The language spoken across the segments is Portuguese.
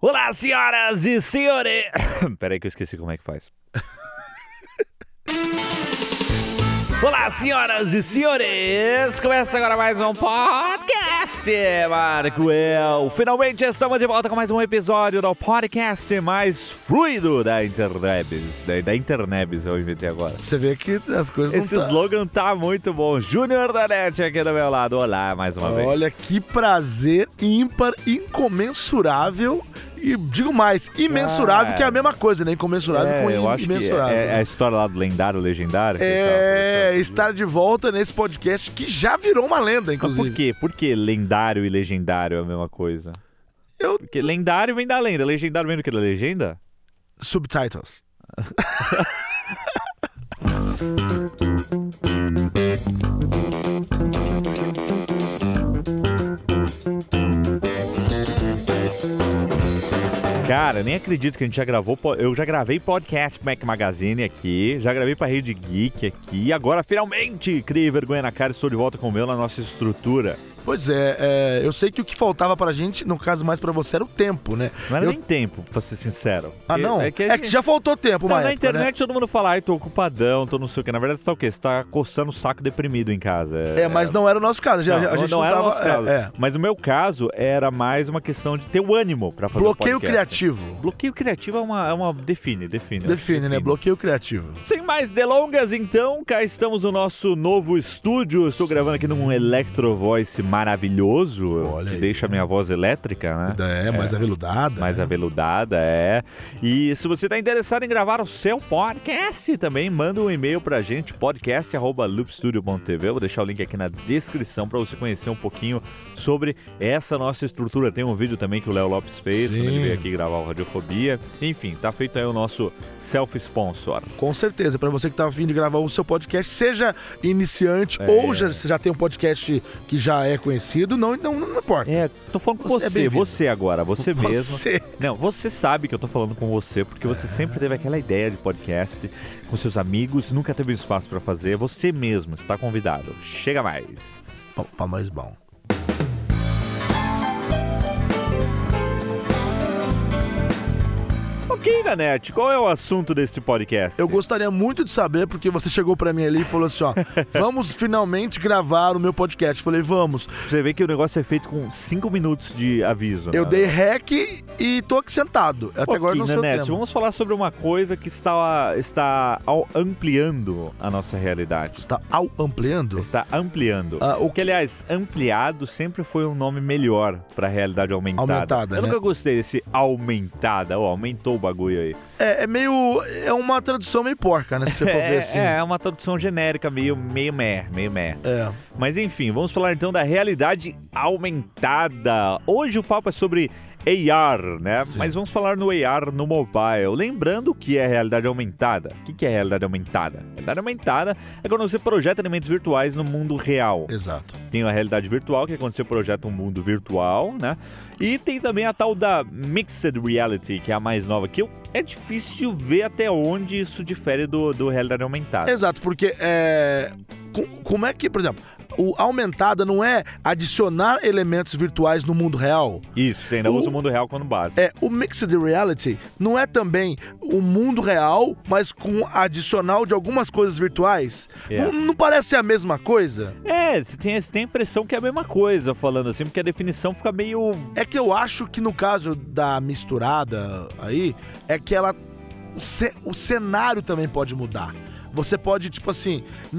Olá, senhoras e senhores! Peraí que eu esqueci como é que faz. Olá, senhoras e senhores! Começa agora mais um podcast, Marcoel. Finalmente estamos de volta com mais um episódio do podcast mais fluido da Internebs. Da Internebs eu inventei agora. Você vê que as coisas Esse slogan tá muito bom. Júnior da NET aqui do meu lado. Olá, mais uma vez. Olha que prazer ímpar, incomensurável. E digo mais, imensurável, que é a mesma coisa, né? Incomensurável com eu acho imensurável. Que é a história lá do lendário, legendário. Estar de volta nesse podcast que já virou uma lenda, inclusive. Mas por quê? Por que lendário e legendário é a mesma coisa? Porque lendário vem da lenda, legendário vem do que? Da legenda? Subtitles. Cara, nem acredito que a gente já gravou. Eu já gravei podcast pro Mac Magazine aqui, já gravei pra Rede Geek aqui. Agora, finalmente, criei vergonha na cara e estou de volta com o meu na nossa estrutura. Pois é, eu sei que o que faltava pra gente, no caso mais pra você, era o tempo, né? Não era nem tempo, pra ser sincero. Ah, não? É que já faltou tempo, Na época, internet, né? Todo mundo fala, ai, tô ocupadão, tô não sei o que. Na verdade, você tá o quê? Você tá coçando o saco deprimido em casa. Mas não era o nosso caso. A gente não era tava, o nosso caso. Mas o meu caso era mais uma questão de ter o ânimo pra fazer Bloqueio o podcast. criativo. Bloqueio criativo é uma... Define, né? Bloqueio criativo. Sem mais delongas, então, cá estamos no nosso novo estúdio. Estou gravando aqui num Electro Voice maravilhoso. Olha que aí. deixa a minha voz elétrica, né? Mais aveludada. Mais aveludada, E se você está interessado em gravar o seu podcast também, manda um e-mail pra gente, podcast@loopstudio.tv. Eu vou deixar o link aqui na descrição para você conhecer um pouquinho sobre essa nossa estrutura. Tem um vídeo também que o Léo Lopes fez, quando ele veio aqui gravar o Radiofobia. Enfim, tá feito aí o nosso self-sponsor. Com certeza, para você que tá a fim de gravar o seu podcast, seja iniciante ou já tem um podcast que já é conhecido, não importa. Tô falando com você agora, você mesmo. Você. Não, você sabe que eu tô falando com você, porque você sempre teve aquela ideia de podcast com seus amigos, nunca teve espaço pra fazer, você mesmo está convidado. Chega mais. Pra nós bom. Ok, Nanete, qual é o assunto desse podcast? Eu gostaria muito de saber, porque você chegou pra mim ali e falou assim, vamos finalmente gravar o meu podcast. Eu falei, vamos. Você vê que o negócio é feito com 5 minutos de aviso. Eu dei rec e tô aqui sentado. Até agora não sei o tema. Vamos falar sobre uma coisa que está ampliando a nossa realidade. Está ampliando? Está ampliando. Que, aliás, ampliado sempre foi um nome melhor pra realidade aumentada. Eu nunca gostei desse aumentada. Aumentou o bagulho aí. É uma tradução meio porca, né? Se você for ver assim. É uma tradução genérica, meio meh. Mas enfim, vamos falar então da realidade aumentada. Hoje o papo é sobre AR, né? Sim. Mas vamos falar no AR no mobile. Lembrando o que é realidade aumentada. O que é realidade aumentada? Realidade aumentada é quando você projeta elementos virtuais no mundo real. Exato. Tem a realidade virtual, que é quando você projeta um mundo virtual, né? E tem também a tal da Mixed Reality, que é a mais nova, que é difícil ver até onde isso difere do realidade aumentada. Exato, porque como é que, por exemplo, o aumentada não é adicionar elementos virtuais no mundo real? Isso, você ainda usa o mundo real como base. O Mixed Reality não é também o mundo real, mas com adicional de algumas coisas virtuais? Não parece a mesma coisa? Você tem a impressão que é a mesma coisa, falando assim, porque a definição fica meio... É que eu acho que no caso da misturada aí, é que o cenário também pode mudar. Você pode, tipo assim,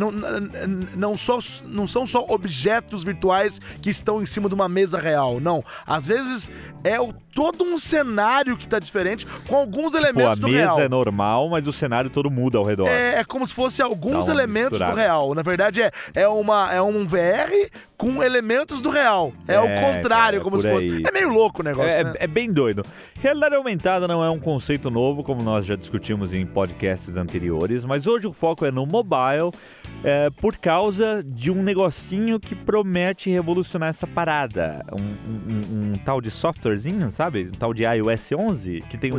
não são só objetos virtuais que estão em cima de uma mesa real, não. Às vezes todo um cenário que tá diferente com alguns elementos do real. A mesa é normal, mas o cenário todo muda ao redor. É como se fosse alguns elementos do real. Na verdade, é um VR com elementos do real. É o contrário, como se fosse. É meio louco o negócio, né? É bem doido. Realidade aumentada não é um conceito novo, como nós já discutimos em podcasts anteriores, mas hoje o foco é no mobile, por causa de um negocinho que promete revolucionar essa parada. Um tal de softwarezinho, sabe? Um tal de iOS 11, que tem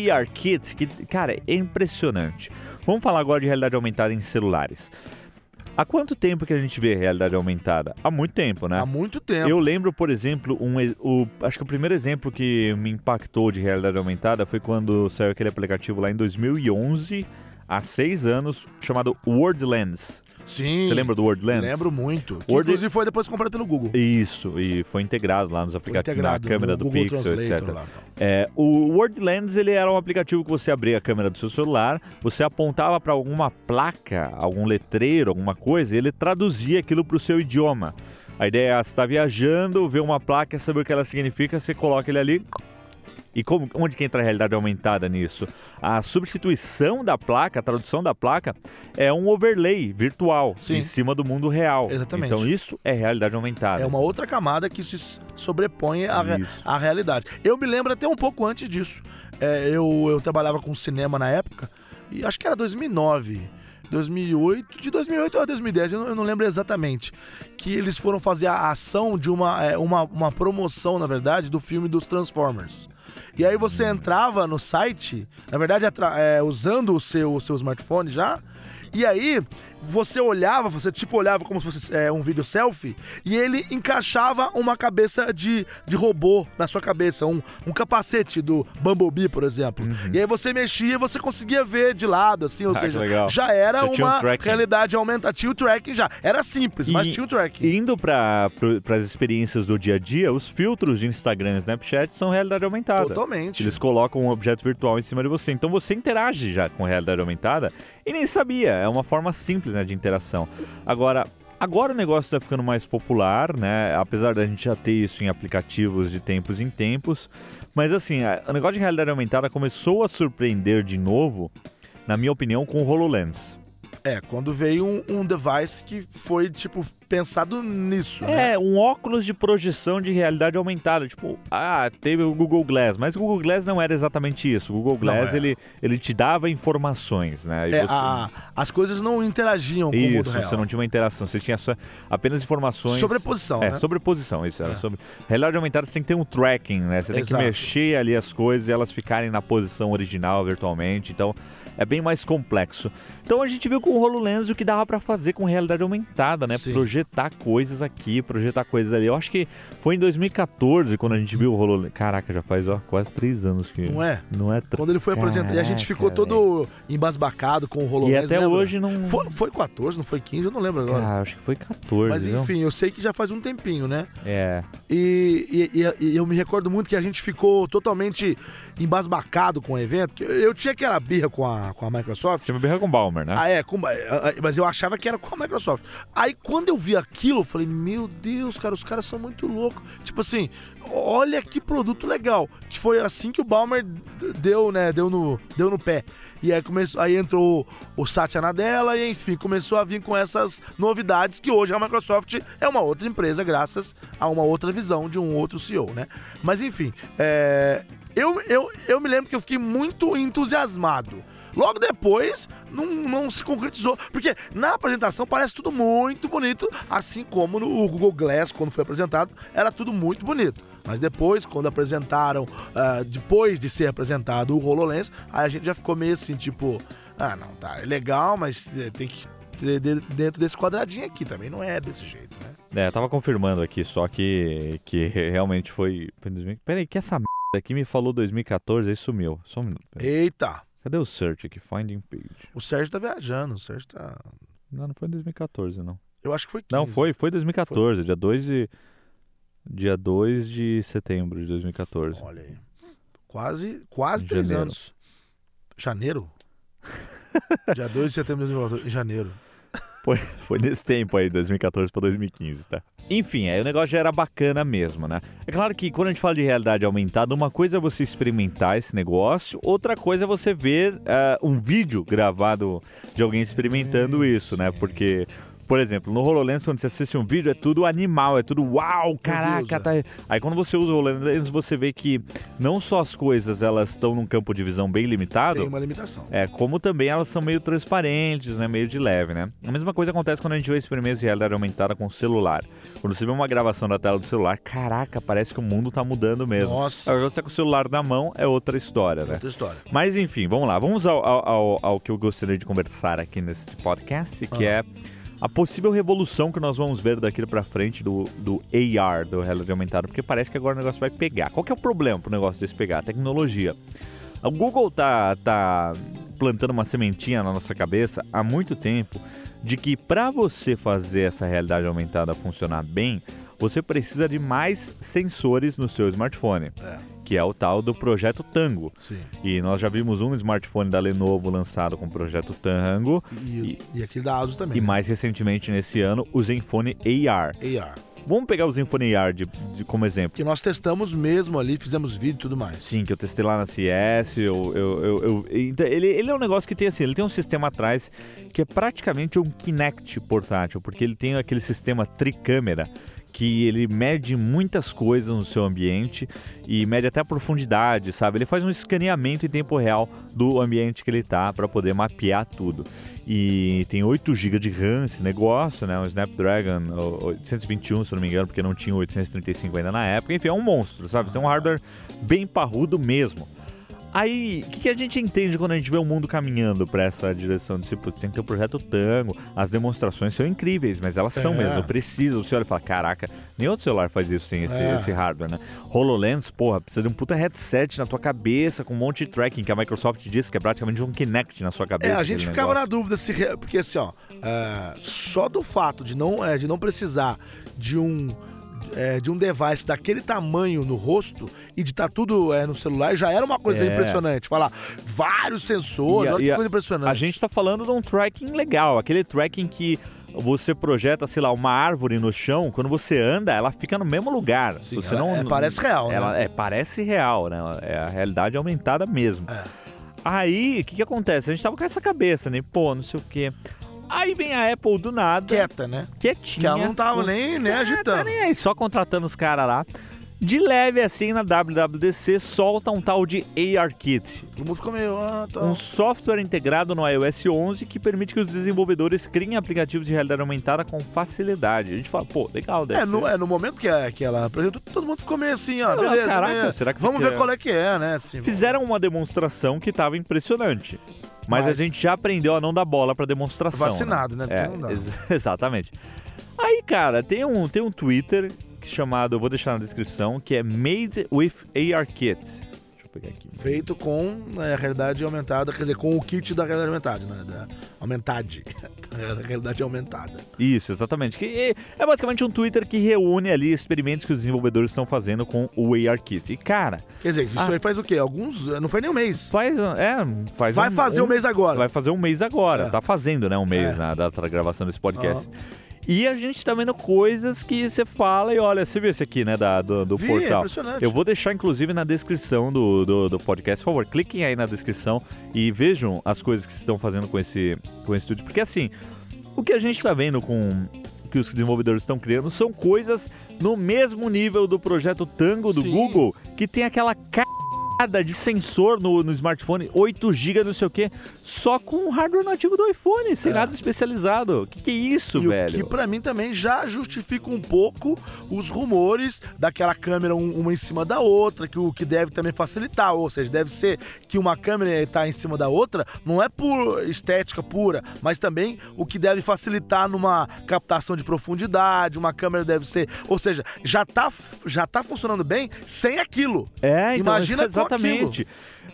AR Kit, que, cara, é impressionante. Vamos falar agora de realidade aumentada em celulares. Há quanto tempo que a gente vê realidade aumentada? Há muito tempo, né? Há muito tempo. Eu lembro, por exemplo, acho que o primeiro exemplo que me impactou de realidade aumentada foi quando saiu aquele aplicativo lá em 2011, há 6 anos, chamado Wordlens. Sim. Você lembra do Wordlens? Lembro muito. Que inclusive foi depois comprado pelo Google. Isso, e foi integrado lá nos aplicativos, na câmera do Google Pixel, etc. Lá, então. O Wordlens, ele era um aplicativo que você abria a câmera do seu celular, você apontava para alguma placa, algum letreiro, alguma coisa, e ele traduzia aquilo para o seu idioma. A ideia é, você está viajando, vê uma placa, saber o que ela significa, você coloca ele ali. E onde que entra a realidade aumentada nisso? A substituição da placa, a tradução da placa, é um overlay virtual em cima do mundo real. Exatamente. Então isso é realidade aumentada. É uma outra camada que se sobrepõe à realidade. Eu me lembro até um pouco antes disso. Eu trabalhava com cinema na época, e acho que era 2009... 2008, de 2008 a 2010, eu não lembro exatamente, que eles foram fazer a ação de uma promoção, na verdade, do filme dos Transformers. E aí você entrava no site, na verdade, usando o seu smartphone já, e aí você olhava como se fosse um vídeo selfie, e ele encaixava uma cabeça de robô na sua cabeça, um capacete do Bumblebee, por exemplo. E aí você mexia e você conseguia ver de lado, assim, ou seja, já era uma realidade aumentada. Tinha o tracking já. Era simples, mas tinha o tracking. Indo para as experiências do dia a dia, os filtros de Instagram e Snapchat são realidade aumentada. Totalmente. Eles colocam um objeto virtual em cima de você. Então você interage já com realidade aumentada e nem sabia. É uma forma simples, né, de interação. Agora o negócio está ficando mais popular, né? Apesar da gente já ter isso em aplicativos de tempos em tempos. Mas assim, o negócio de realidade aumentada começou a surpreender de novo, na minha opinião, com o HoloLens. Quando veio um device que foi, pensado nisso, né? Um óculos de projeção de realidade aumentada. Teve o Google Glass, mas o Google Glass não era exatamente isso. O Google Glass, ele te dava informações, né? E as coisas não interagiam com o mundo real. Isso, você não tinha uma interação, você tinha apenas informações... Sobreposição, né? Sobreposição, isso. Era sobre... Realidade aumentada, você tem que ter um tracking, né? Você tem que mexer ali as coisas e elas ficarem na posição original virtualmente, então é bem mais complexo. Então a gente viu com o HoloLens o que dava pra fazer com realidade aumentada, né? Sim. Projetar coisas aqui, projetar coisas ali. Eu acho que foi em 2014 quando a gente viu o HoloLens. Caraca, já faz quase 3 anos que... Não é? Não é... Quando ele foi apresentado, e a gente ficou todo embasbacado com o HoloLens. E até hoje não... Foi 14, não foi 15? Eu não lembro agora. Acho que foi 14. Mas enfim, eu sei que já faz um tempinho, né? E eu me recordo muito que a gente ficou totalmente embasbacado com o evento. Eu tinha aquela birra com a Microsoft. Você tinha uma birra com o Balmer, né? Mas eu achava que era com a Microsoft. Aí quando eu vi aquilo, eu falei, meu Deus, cara, os caras são muito loucos. Olha que produto legal. Que foi assim que o Balmer deu no pé. E aí entrou o Satya Nadella e, enfim, começou a vir com essas novidades que hoje a Microsoft é uma outra empresa graças a uma outra visão de um outro CEO, né? Mas, enfim, eu me lembro que eu fiquei muito entusiasmado. Logo depois, não se concretizou. Porque na apresentação parece tudo muito bonito, assim como no Google Glass, quando foi apresentado, era tudo muito bonito. Mas depois, quando apresentaram, depois de ser apresentado o HoloLens, aí a gente já ficou meio assim, é legal, mas tem que ter dentro desse quadradinho aqui, também não é desse jeito, né? Tava confirmando aqui, só que realmente foi... Peraí, que essa merda aqui me falou 2014, aí sumiu. Só um minuto. Eita! Cadê o search aqui? Finding page. O Sérgio tá viajando, o Sérgio tá... Não foi em 2014, não. Eu acho que foi 15. Não, foi 2014, foi. Dia 2 de setembro de 2014. Olha aí. Quase 3 anos. Janeiro? Dia 2 de setembro de 2014, em janeiro. Foi nesse tempo aí, 2014 para 2015, tá? Enfim, aí o negócio já era bacana mesmo, né? É claro que quando a gente fala de realidade aumentada, uma coisa é você experimentar esse negócio, outra coisa é você ver um vídeo gravado de alguém experimentando isso, né? Porque... Por exemplo, no HoloLens, quando você assiste um vídeo, é tudo animal, é tudo uau, caraca, tá... Aí quando você usa o HoloLens, você vê que não só as coisas elas estão num campo de visão bem limitado... Tem uma limitação. Como também elas são meio transparentes, né, meio de leve, né? A mesma coisa acontece quando a gente vê experimentos de realidade aumentada com o celular. Quando você vê uma gravação da tela do celular, caraca, parece que o mundo tá mudando mesmo. Nossa. Agora você tá com o celular na mão, é outra história, né? Outra história. Mas enfim, vamos lá. Vamos ao que eu gostaria de conversar aqui nesse podcast, que é... a possível revolução que nós vamos ver daqui pra frente do AR, do realidade aumentada, porque parece que agora o negócio vai pegar. Qual que é o problema pro negócio desse pegar? A tecnologia. O Google tá plantando uma sementinha na nossa cabeça há muito tempo de que para você fazer essa realidade aumentada funcionar bem, você precisa de mais sensores no seu smartphone, que é o tal do Projeto Tango. Sim. E nós já vimos um smartphone da Lenovo lançado com o Projeto Tango. E aquele da ASUS também. E mais recentemente, nesse ano, o Zenfone AR. Vamos pegar o Zenfone AR como exemplo. Que nós testamos mesmo ali, fizemos vídeo e tudo mais. Sim, que eu testei lá na CS. Ele é um negócio que tem assim, ele tem um sistema atrás que é praticamente um Kinect portátil, porque ele tem aquele sistema tricâmera que ele mede muitas coisas no seu ambiente e mede até a profundidade, sabe? Ele faz um escaneamento em tempo real do ambiente que ele tá para poder mapear tudo. E tem 8 GB de RAM esse negócio, né? Um Snapdragon 821, se eu não me engano, porque não tinha o 835 ainda na época. Enfim, é um monstro, sabe? Tem um hardware bem parrudo mesmo. Aí, o que a gente entende quando a gente vê o mundo caminhando para essa direção? Tipo, tem que ter o Projeto Tango, as demonstrações são incríveis, mas elas são mesmo, precisam. Você olha e fala, caraca, nem outro celular faz isso sem esse hardware, né? HoloLens, porra, precisa de um puta headset na tua cabeça, com um monte de tracking, que a Microsoft disse que é praticamente um Kinect na sua cabeça. A gente ficava na dúvida, porque assim, ó, só do fato de não precisar de um device daquele tamanho no rosto e de estar tudo no celular, já era uma coisa impressionante. Falar vários sensores, olha que coisa impressionante. A gente tá falando de um tracking legal, aquele tracking que você projeta, sei lá, uma árvore no chão, quando você anda, ela fica no mesmo lugar. Sim, você parece real, né? Parece real, né? É a realidade aumentada mesmo. Aí, o que acontece? A gente tava com essa cabeça, né? Pô, não sei o quê. Aí vem a Apple do nada. Quieta, né? Quietinha. Que ela não tava nem agitando. Tá nem aí, só contratando os caras lá. De leve assim, na WWDC, solta um tal de ARKit. Todo mundo ficou meio... Um software integrado no iOS 11 que permite que os desenvolvedores criem aplicativos de realidade aumentada com facilidade. A gente fala, pô, legal, deve ser. No momento que ela apresentou, todo mundo ficou meio assim, ó, beleza. Caraca, será que vamos ver qual é que é, né? Assim, fizeram uma demonstração que tava impressionante. Mas a gente já aprendeu a não dar bola pra demonstração. Vacinado, né? É, não dá. Exatamente. Aí, cara, tem um Twitter chamado, eu vou deixar na descrição, que é Made with ARKit. Deixa eu pegar aqui. Feito com a realidade aumentada, quer dizer, com o kit da realidade aumentada, né? Da aumentade. Da realidade aumentada. Isso, exatamente. Que é basicamente um Twitter que reúne ali experimentos que os desenvolvedores estão fazendo com o ARKit. E, cara... Quer dizer, isso aí faz o quê? Não faz nem um mês. Vai fazer um mês agora. Vai fazer um mês agora. Tá fazendo, né? Um mês na data da gravação desse podcast. E a gente tá vendo coisas que você fala e olha, você viu esse aqui, né, do portal. É impressionante. Eu vou deixar, inclusive, na descrição do podcast. Por favor, cliquem aí na descrição e vejam as coisas que estão fazendo com esse estúdio. Porque, assim, o que a gente tá vendo que os desenvolvedores estão criando são coisas no mesmo nível do Projeto Tango do Google, que tem aquela de sensor no smartphone, 8 GB, não sei o que, só com o hardware nativo do iPhone, sem nada especializado. Que é isso, velho? Que pra mim também já justifica um pouco os rumores daquela câmera uma em cima da outra, que o que deve também facilitar, ou seja, deve ser que uma câmera está em cima da outra, não é por estética pura, mas também o que deve facilitar numa captação de profundidade, uma câmera deve ser, ou seja, já tá funcionando bem sem aquilo. Então, imagina exatamente.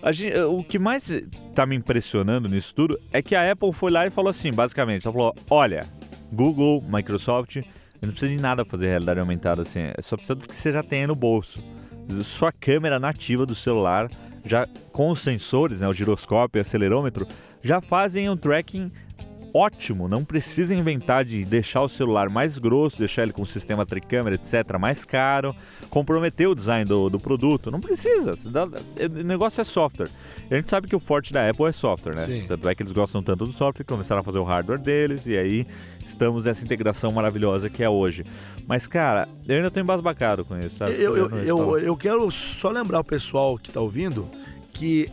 O que mais tá me impressionando nisso tudo é que a Apple foi lá e falou assim, basicamente, ela falou, olha, Google, Microsoft, não precisa de nada pra fazer realidade aumentada assim, só precisa do que você já tem aí no bolso. Sua câmera nativa do celular, já com os sensores, né, o giroscópio e acelerômetro, já fazem um tracking ótimo, não precisa inventar de deixar o celular mais grosso, deixar ele com sistema tricâmera, etc, mais caro, comprometer o design do produto, não precisa, o negócio é software. A gente sabe que o forte da Apple é software, né? Sim. Tanto é que eles gostam tanto do software que começaram a fazer o hardware deles e aí estamos nessa integração maravilhosa que é hoje. Mas, cara, eu ainda tô embasbacado com isso, sabe? Eu quero só lembrar o pessoal que tá ouvindo que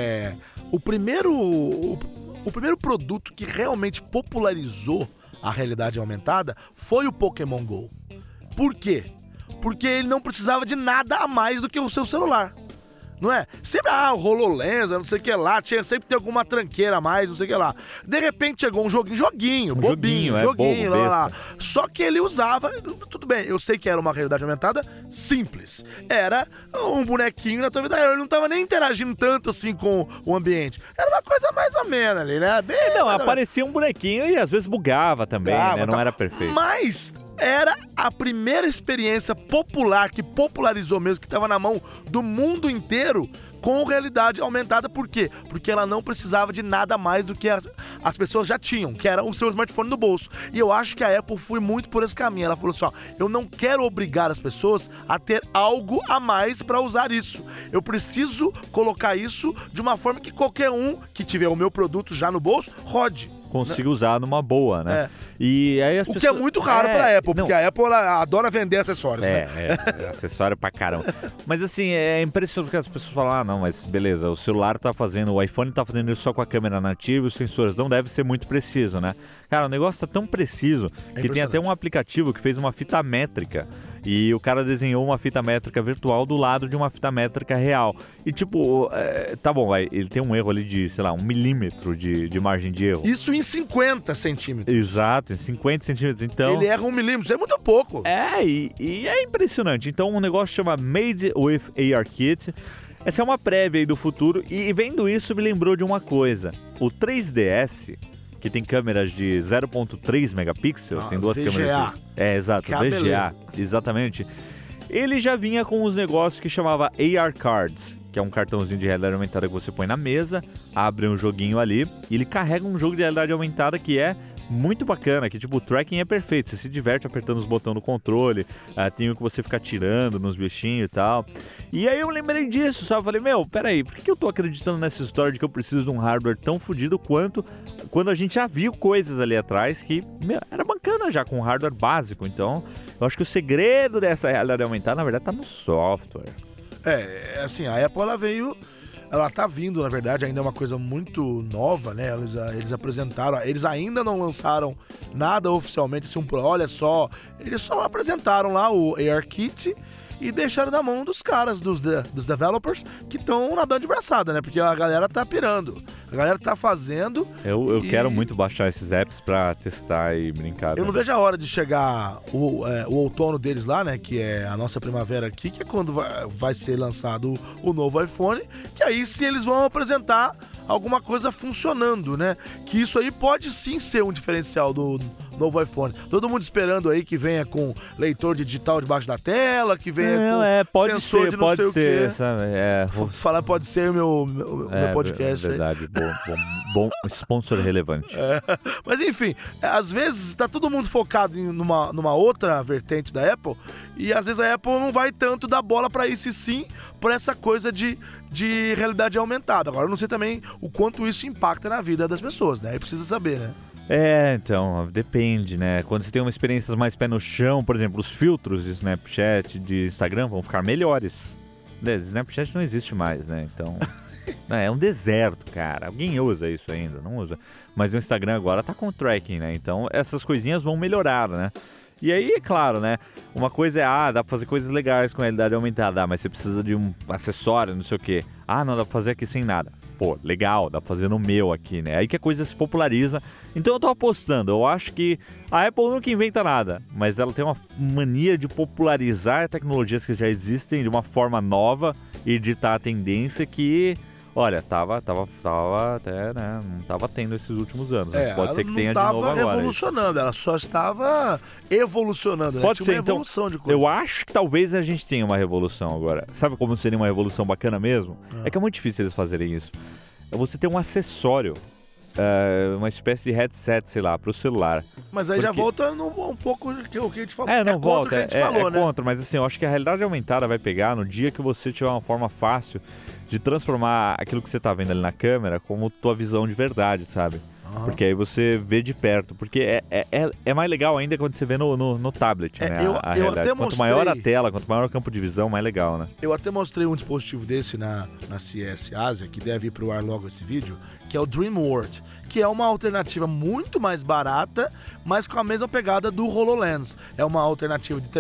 o primeiro produto que realmente popularizou a realidade aumentada foi o Pokémon GO. Por quê? Porque ele não precisava de nada a mais do que o seu celular. não é? Sempre, o HoloLens, não sei o que lá, sempre tem alguma tranqueira a mais, não sei o que lá. De repente chegou um joguinho, bobinho, joguinho, lá. Só que ele usava, tudo bem, eu sei que era uma realidade aumentada simples. Era um bonequinho na tua vida real, ele não tava nem interagindo tanto assim com o ambiente. Era uma coisa mais ou menos ali, né? Aparecia um bonequinho e às vezes bugava também, né? Não era perfeito. Mas era a primeira experiência popular, que popularizou mesmo, que estava na mão do mundo inteiro com realidade aumentada. Por quê? Porque ela não precisava de nada mais do que as pessoas já tinham, que era o seu smartphone no bolso. E eu acho que a Apple foi muito por esse caminho. Ela falou assim, eu não quero obrigar as pessoas a ter algo a mais para usar isso. Eu preciso colocar isso de uma forma que qualquer um que tiver o meu produto já no bolso, rode. Consiga usar numa boa, né? E aí as pessoas... que é muito raro pra Apple, porque a Apple ela adora vender acessórios, né? Acessório pra caramba. Mas assim, é impressionante que as pessoas falam, não, mas beleza, o celular tá fazendo, o iPhone tá fazendo isso só com a câmera nativa e os sensores não deve ser muito preciso, né? Cara, o negócio tá tão preciso que tem até um aplicativo que fez uma fita métrica e o cara desenhou uma fita métrica virtual do lado de uma fita métrica real. E tipo, tá bom, ele tem um erro ali de, sei lá, 1 milímetro de margem de erro. Isso em 50 centímetros. Exato, em 50 centímetros, então... Ele erra 1 milímetro, isso é muito pouco. E é impressionante. Então, um negócio chama Made with ARKit. Essa é uma prévia aí do futuro. E vendo isso, me lembrou de uma coisa. O 3DS, que tem câmeras de 0.3 megapixels, tem duas VGA. câmeras... Exato, VGA, exatamente. Ele já vinha com uns negócios que chamava AR Cards, que é um cartãozinho de realidade aumentada que você põe na mesa, abre um joguinho ali, e ele carrega um jogo de realidade aumentada que é muito bacana, que tipo, o tracking é perfeito, você se diverte apertando os botões do controle, tem o que você fica tirando nos bichinhos e tal. E aí eu lembrei disso, sabe? Eu falei, peraí, por que eu tô acreditando nessa história de que eu preciso de um hardware tão fodido quanto quando a gente já viu coisas ali atrás que era bacana já com hardware básico. Então, eu acho que o segredo dessa realidade aumentada, na verdade, tá no software. Assim, a Apple ela tá vindo, na verdade, ainda é uma coisa muito nova, né? Eles apresentaram, eles ainda não lançaram nada oficialmente, assim, olha só, eles só apresentaram lá o ARKit e deixaram na mão dos caras, dos developers, que estão nadando de braçada, né? Porque a galera tá pirando, a galera tá fazendo... Eu quero muito baixar esses apps pra testar e brincar. Eu não vejo a hora de chegar o outono deles lá, né? Que é a nossa primavera aqui, que é quando vai ser lançado o novo iPhone, que aí sim eles vão apresentar alguma coisa funcionando, né? Que isso aí pode sim ser um diferencial do novo iPhone. Todo mundo esperando aí que venha com leitor digital debaixo da tela, que venha com sensor de não sei o quê. Sabe? Vou falar pode ser meu podcast. É verdade, bom sponsor relevante. Mas enfim, às vezes tá todo mundo focado numa outra vertente da Apple e às vezes a Apple não vai tanto dar bola pra isso e sim por essa coisa de realidade aumentada. Agora eu não sei também o quanto isso impacta na vida das pessoas, né? Aí precisa saber, né? Então, depende, né? Quando você tem uma experiência mais pé no chão, por exemplo, os filtros de Snapchat, de Instagram vão ficar melhores. Snapchat não existe mais, né? Então, é um deserto, cara. Alguém usa isso ainda? Não usa. Mas o Instagram agora tá com tracking, né? Então, essas coisinhas vão melhorar, né? E aí, é claro, né? Uma coisa é, dá pra fazer coisas legais com a realidade aumentada, mas você precisa de um acessório, não sei o quê. Não, dá pra fazer aqui sem nada. Pô, legal, dá pra fazer no meu aqui, né? Aí que a coisa se populariza. Então eu tô apostando, eu acho que a Apple nunca inventa nada, mas ela tem uma mania de popularizar tecnologias que já existem de uma forma nova e ditar a tendência que... Olha, tava até, né? Não tava tendo esses últimos anos. Mas pode ser que tenha de novo agora. Ela não estava revolucionando, ela só estava evolucionando. Pode né? ser, uma evolução de coisa. Eu acho que talvez a gente tenha uma revolução agora. Sabe como seria uma revolução bacana mesmo? É que é muito difícil eles fazerem isso. É você ter um acessório, uma espécie de headset, sei lá, pro celular. Mas aí já volta um pouco o que a gente falou. Não volta, contra o que a gente falou, né? Contra, mas assim, eu acho que a realidade aumentada vai pegar no dia que você tiver uma forma fácil de transformar aquilo que você tá vendo ali na câmera como tua visão de verdade, sabe? Porque aí você vê de perto. Porque é mais legal ainda quando você vê no tablet, né? A realidade. Quanto maior a tela, quanto maior o campo de visão, mais legal, né? Eu até mostrei um dispositivo desse na CES Ásia, que deve ir pro ar logo esse vídeo, que é o Dream World, que é uma alternativa muito mais barata, mas com a mesma pegada do HoloLens. É uma alternativa de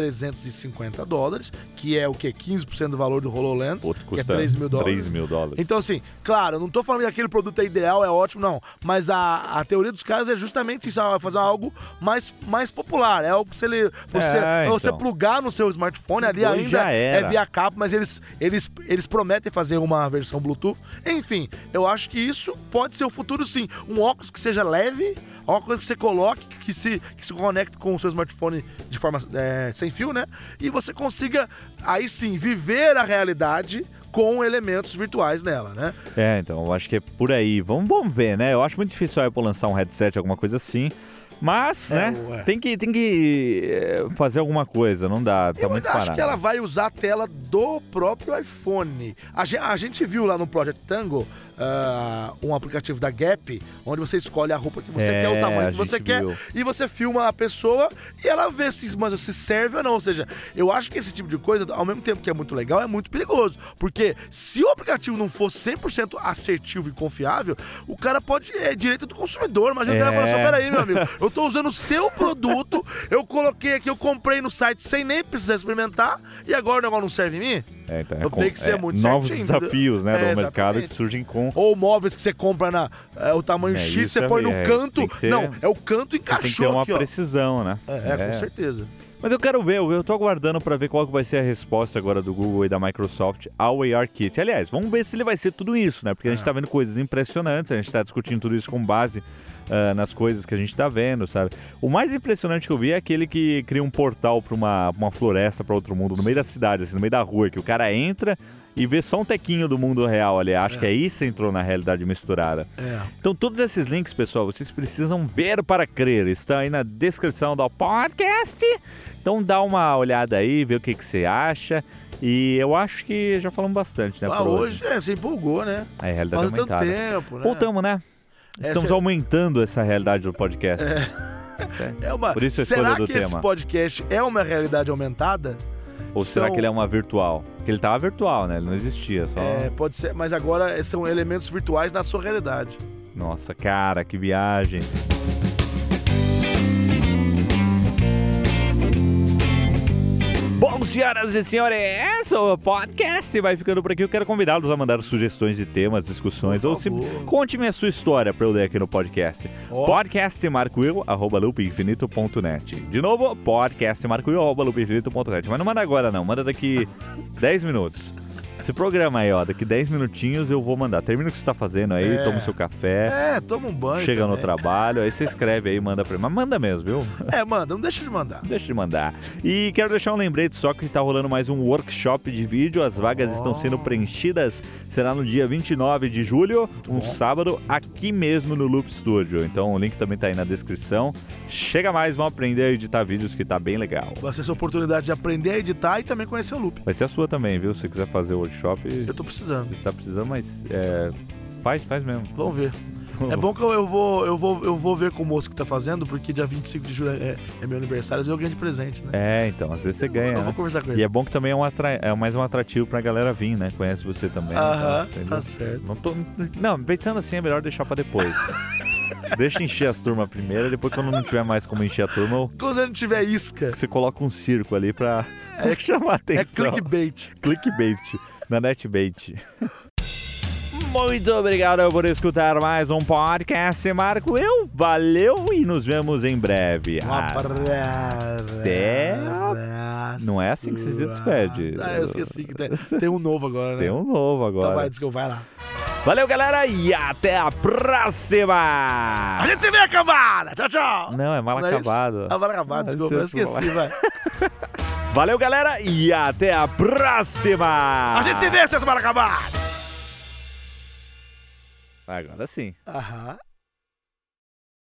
$350, que é o quê? 15% do valor do HoloLens, Outro que é custa $3 mil. $3 mil. Então, assim, claro, eu não tô falando que aquele produto é ideal, é ótimo, não. Mas a teoria dos caras é justamente isso, fazer algo mais popular. É algo pra você plugar no seu smartphone, ali Hoje ainda já era. é via cabo, mas eles prometem fazer uma versão Bluetooth. Enfim, eu acho que isso pode ser o futuro, sim. Um óculos que seja leve, óculos que você coloque, que se conecte com o seu smartphone de forma sem fio, né? E você consiga, aí sim, viver a realidade com elementos virtuais nela, né? Então, eu acho que é por aí. Vamos ver, né? Eu acho muito difícil a Apple lançar um headset, alguma coisa assim. Mas, né, tem que fazer alguma coisa, não dá, tá muito parado. Eu acho que ela vai usar a tela do próprio iPhone. A gente viu lá no Project Tango um aplicativo da Gap, onde você escolhe a roupa que você quer, o tamanho que você quer, e você filma a pessoa e ela vê se serve ou não. Ou seja, eu acho que esse tipo de coisa, ao mesmo tempo que é muito legal, é muito perigoso. Porque se o aplicativo não for 100% assertivo e confiável, o cara pode... É direito do consumidor. Imagina o cara fala assim, peraí, meu amigo, eu tô usando o seu produto, eu coloquei aqui, eu comprei no site sem nem precisar experimentar, e agora o negócio não serve em mim? Então, eu tenho que ser muito novos certinho, desafios, né, do exatamente. mercado que surgem com... Ou móveis que você compra o tamanho X, você põe no canto. Não, é o canto encaixou. Tem que ter uma aqui, precisão, né? Com certeza. Mas eu quero ver, eu tô aguardando pra ver qual que vai ser a resposta agora do Google e da Microsoft ao ARKit. Aliás, vamos ver se ele vai ser tudo isso, né? Porque a gente tá vendo coisas impressionantes, a gente tá discutindo tudo isso com base nas coisas que a gente tá vendo, sabe? O mais impressionante que eu vi é aquele que cria um portal pra uma floresta, pra outro mundo, no meio da cidade, assim, no meio da rua, que o cara entra e vê só um tequinho do mundo real ali. Acho que aí você entrou na realidade misturada. Então, todos esses links, pessoal, vocês precisam ver para crer. Estão aí na descrição do podcast. Então, dá uma olhada aí, vê o que você acha. E eu acho que já falamos bastante, né? Hoje você empolgou, né? Realidade aumentada. Tanto tempo, né? Voltamos, né? Estamos aumentando essa realidade do podcast. Por isso a escolha do tema. Será que esse podcast é uma realidade aumentada? Ou será que ele é uma virtual? Porque ele tava virtual, né? Ele não existia. Só... pode ser, mas agora são elementos virtuais na sua realidade. Nossa, cara, que viagem. Bom, senhoras e senhores, o podcast vai ficando por aqui. Eu quero convidá-los a mandar sugestões de temas, discussões, ou conte-me a sua história pra eu ler aqui no podcast. podcastmarcoil@loopinfinito.net. De novo, podcastmarcoil@loopinfinito.net. Mas não manda agora não, manda daqui 10 minutos. Esse programa aí, ó, daqui 10 minutinhos eu vou mandar. Termina o que você tá fazendo aí, toma o seu café. Toma um banho. Chega no trabalho, aí você escreve aí, manda pra mim. Mas manda mesmo, viu? Manda, não deixa de mandar. Deixa de mandar. E quero deixar um lembrete só que tá rolando mais um workshop de vídeo. As vagas estão sendo preenchidas. Será no dia 29 de julho, sábado, aqui mesmo no Loop Studio. Então o link também tá aí na descrição. Chega mais, vamos aprender a editar vídeos que tá bem legal. Vai ser essa oportunidade de aprender a editar e também conhecer o Loop. Vai ser a sua também, viu? Se você quiser fazer o workshop. Eu tô precisando. Você tá precisando, mas faz mesmo. Vamos ver. É bom que eu vou ver com o moço que tá fazendo, porque dia 25 de julho é meu aniversário e eu ganho de presente, né? Então, às vezes você ganha. Eu vou conversar com ele. E é bom que também é mais um atrativo pra galera vir, né? Conhece você também. Tá certo. Não, pensando assim, é melhor deixar pra depois. Deixa encher as turmas primeiro, depois quando não tiver mais como encher a turma... Quando não tiver isca... Você coloca um circo ali pra chamar a atenção. É clickbait. Clickbait. Na NetBait. Muito obrigado por escutar mais um podcast, Marco. Valeu e nos vemos em breve. Até... Não é assim que você se despede. Eu esqueci que tem um novo agora, né? Tem um novo agora. Então vai lá. Valeu, galera, e até a próxima! A gente se vê, cambada! Tchau, tchau! Não, é mal acabado. Mal acabado, desculpa, eu esqueci, vai. Valeu, galera, e até a próxima! A gente se vê, seus mal acabados! Agora sim. Aham.